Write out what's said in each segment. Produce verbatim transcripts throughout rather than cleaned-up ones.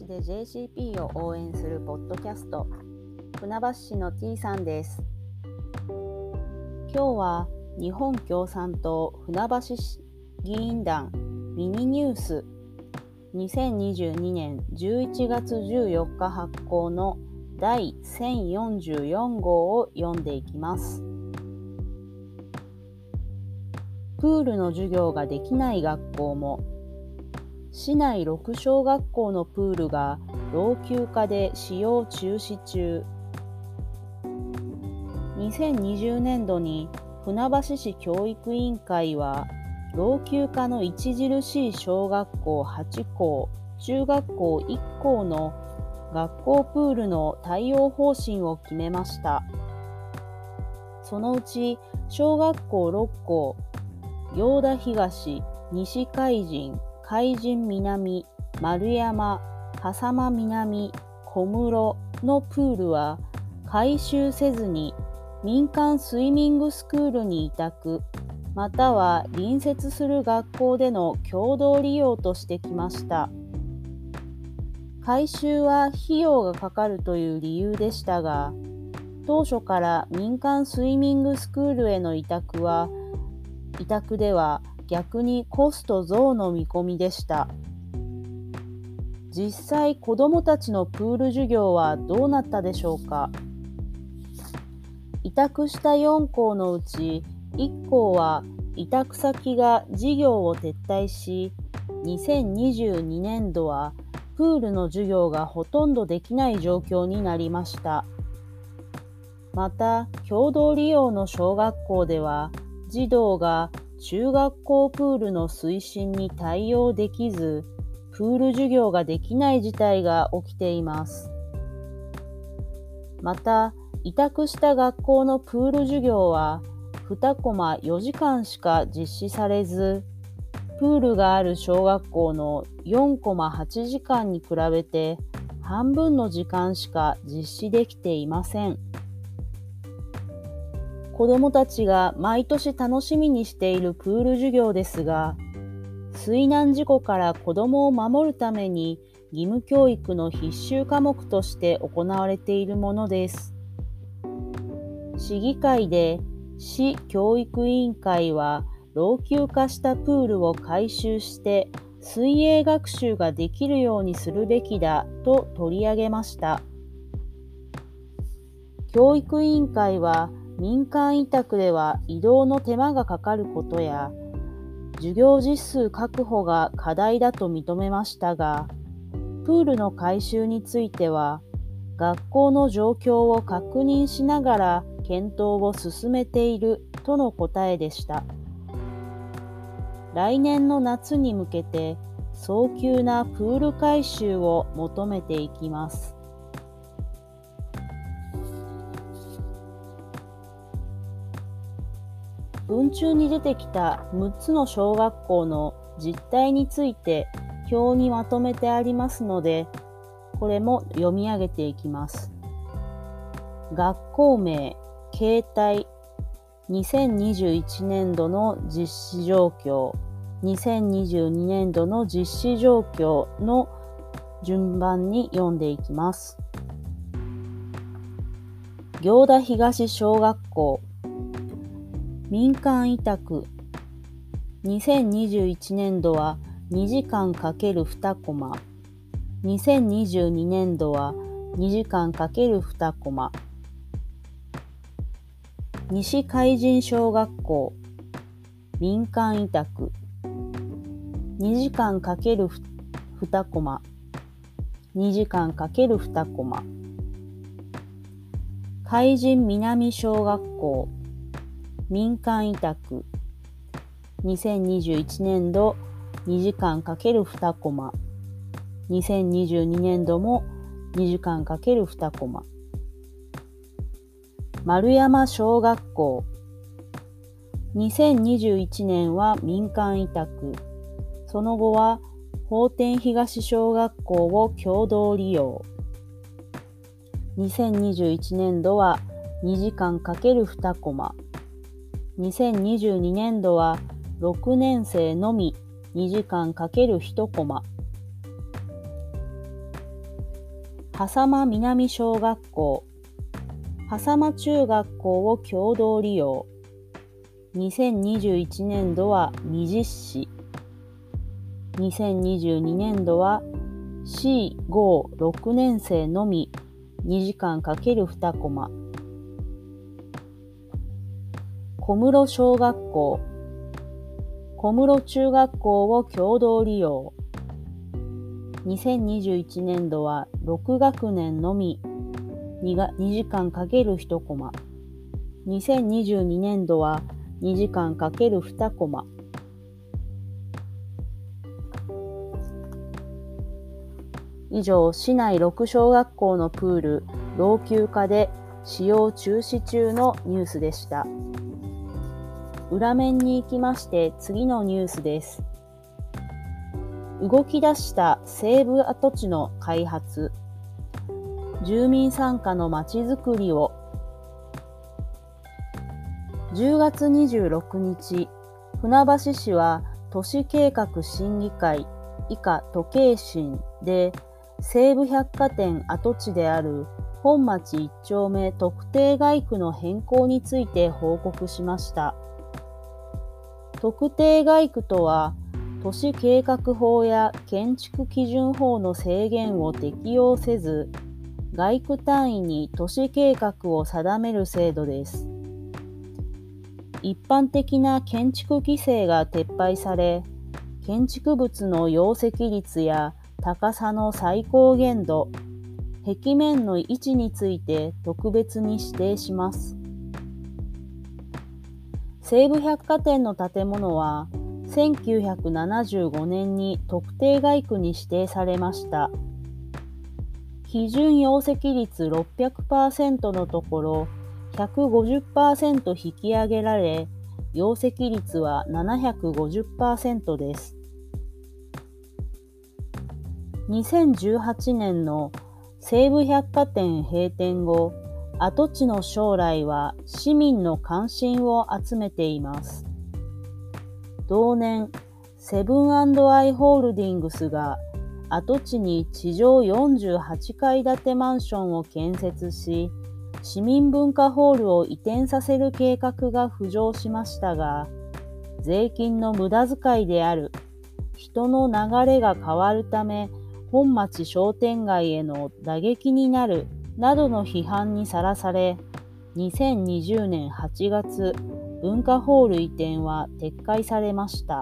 橋で ジェーシーピー を応援するポッドキャスト、船橋市の T さんです。今日は日本共産党船橋市議員団ミニニュースにせんにじゅうにねんじゅういちがつじゅうよっか発行のだいせんよんじゅうよんごうを読んでいきます。プールの授業ができない学校も。市内ろく小学校のプールが老朽化で使用中止中。にせんにじゅうねんどに船橋市教育委員会は老朽化の著しい小学校はちこう、中学校いっこうの学校プールの対応方針を決めました。そのうち小学校ろっこう、行田東、西海神、海神南、丸山、笠間南、小室のプールは改修せずに民間スイミングスクールに委託、または隣接する学校での共同利用としてきました。改修は費用がかかるという理由でしたが、当初から民間スイミングスクールへの委託は、委託では逆にコスト増の見込みでした。実際子どもたちのプール授業はどうなったでしょうか。委託したよんこうのうちいっこうは委託先が事業を撤退し、にせんにじゅうにねんどはプールの授業がほとんどできない状況になりました。また、共同利用の小学校では児童が中学校プールの推進に対応できず、プール授業ができない事態が起きています。また、委託した学校のプール授業はにコマよじかんしか実施されず、プールがある小学校のよんコマはちじかんに比べて半分の時間しか実施できていません。子どもたちが毎年楽しみにしているプール授業ですが、水難事故から子どもを守るために義務教育の必修科目として行われているものです。市議会で市教育委員会は老朽化したプールを改修して水泳学習ができるようにするべきだと取り上げました。教育委員会は民間委託では移動の手間がかかることや授業実数確保が課題だと認めましたが、プールの改修については学校の状況を確認しながら検討を進めているとの答えでした。来年の夏に向けて早急なプール改修を求めていきます。文中に出てきたむっつの小学校の実態について表にまとめてありますので、これも読み上げていきます。学校名、形態、にせんにじゅういちねんどの実施状況、にせんにじゅうにねんどの実施状況の順番に読んでいきます。行田東小学校、民間委託、にせんにじゅういちねんどはにじかん ×に コマ、にせんにじゅうにねんどはにじかん ×に コマ。西海神小学校、民間委託、にじかん ×に コマ、にじかん ×に コマ。海神南小学校、民間委託、にせんにじゅういちねんどにじかん ×に コマ、にせんにじゅうにねんどもにじかん ×に コマ。丸山小学校、にせんにじゅういちねんは民間委託、その後は法天東小学校を共同利用。にせんにじゅういちねんどはにじかん ×に コマ。にせんにじゅうにねんどはろくねんせいのみにじかん ×いち コマ。 狭間南小学校、狭間中学校を共同利用。にせんにじゅういちねんどはにじゅっし、にせんにじゅうにねんどは シーご、ろくねんせいのみにじかん ×に コマ。小室小学校、小室中学校を共同利用。にせんにじゅういちねんどはろくがくねんのみにじかん ×に コマ。にせんにじゅうにねんどはにじかん ×に コマ。以上、市内ろく小学校のプール老朽化で使用中止中のニュースでした。裏面に行きまして次のニュースです。動き出した西部跡地の開発、住民参加のまちづくりを。じゅうがつにじゅうろくにち、船橋市は都市計画審議会以下都計審で西武百貨店跡地である本町いっ丁目特定街区の変更について報告しました。特定街区とは、都市計画法や建築基準法の制限を適用せず、街区単位に都市計画を定める制度です。一般的な建築規制が撤廃され、建築物の容積率や高さの最高限度、壁面の位置について特別に指定します。西武百貨店の建物はせんきゅうひゃくななじゅうごねんに特定街区に指定されました。基準容積率 ろっぴゃくパーセント のところ ひゃくごじゅっパーセント 引き上げられ、容積率は ななひゃくごじゅっパーセント です。にせんじゅうはちねんの西武百貨店閉店後、跡地の将来は市民の関心を集めています。同年、セブン&アイ・ホールディングスが跡地に地上よんじゅうはちかい建てマンションを建設し、市民文化ホールを移転させる計画が浮上しましたが、税金の無駄遣いである、人の流れが変わるため、本町商店街への打撃になるなどの批判にさらされ、にせんにじゅうねんはちがつ、文化ホール移転は撤回されました。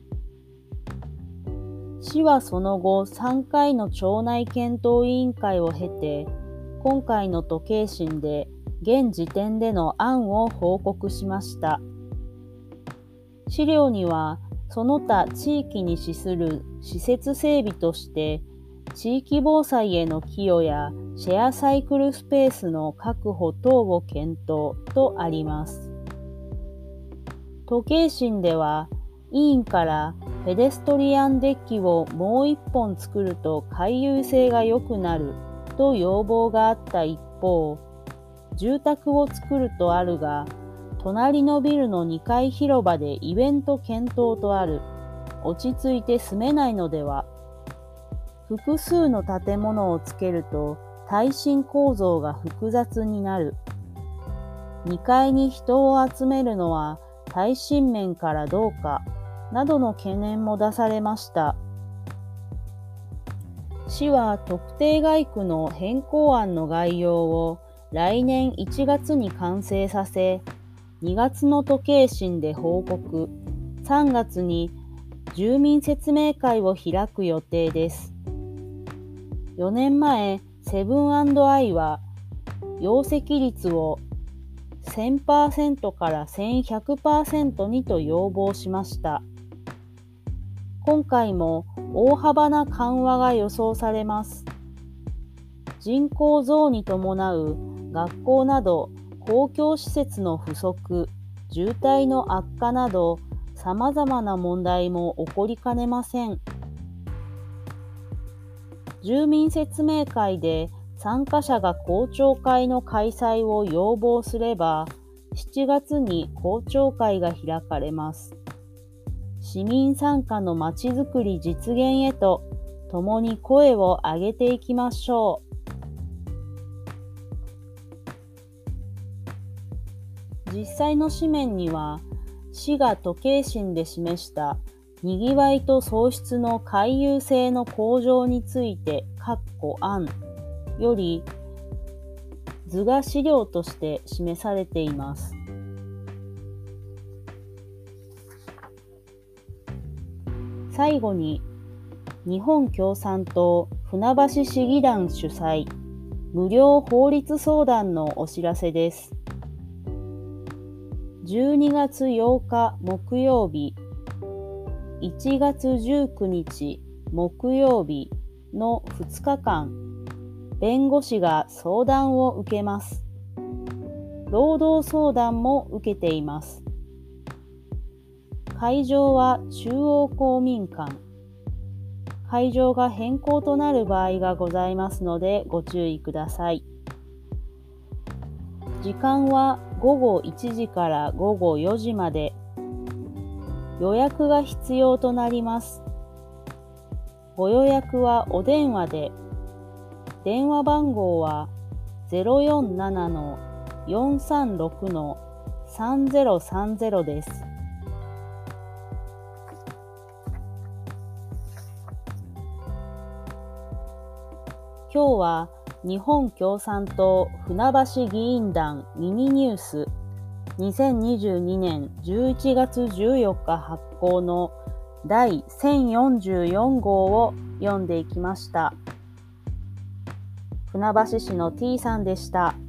市はその後さんかいの町内検討委員会を経て、今回の都計審で現時点での案を報告しました。資料には、その他地域に資する施設整備として、地域防災への寄与やシェアサイクルスペースの確保等を検討とあります。都計審では、委員からペデストリアンデッキをもう一本作ると回遊性が良くなると要望があった一方、住宅を作るとあるが、隣のビルのにかい広場でイベント検討とある。落ち着いて住めないのでは。複数の建物をつけると耐震構造が複雑になる。にかいに人を集めるのは耐震面からどうか、などの懸念も出されました。市は特定街区の変更案の概要を来年いちがつに完成させ、にがつの都計審で報告、さんがつに住民説明会を開く予定です。よねんまえ、セブン&アイは容積率を せんパーセント から せんひゃくパーセント にと要望しました。今回も大幅な緩和が予想されます。人口増に伴う学校など公共施設の不足、渋滞の悪化など様々な問題も起こりかねません。住民説明会で参加者が公聴会の開催を要望すれば、しちがつに公聴会が開かれます。市民参加のまちづくり実現へと、共に声を上げていきましょう。 実際の紙面には、市が時計針で示したにぎわいと創出の回遊性の向上について案より図が資料として示されています。最後に、日本共産党船橋市議団主催無料法律相談のお知らせです。じゅうにがつようか木曜日、いちがつじゅうくにち木曜日のふつかかん、弁護士が相談を受けます。労働相談も受けています。会場は中央公民館。会場が変更となる場合がございますのでご注意ください。時間はごごいちじからごごよじまで。予約が必要となります。ご予約はお電話で。電話番号は ゼロよんななのよんさんろくのさんぜろさんぜろ です。今日は日本共産党船橋議員団ミニニュースにせんにじゅうにねんじゅういちがつじゅうよっか発行のだいせんよんじゅうよんごうを読んでいきました。船橋市の T さんでした。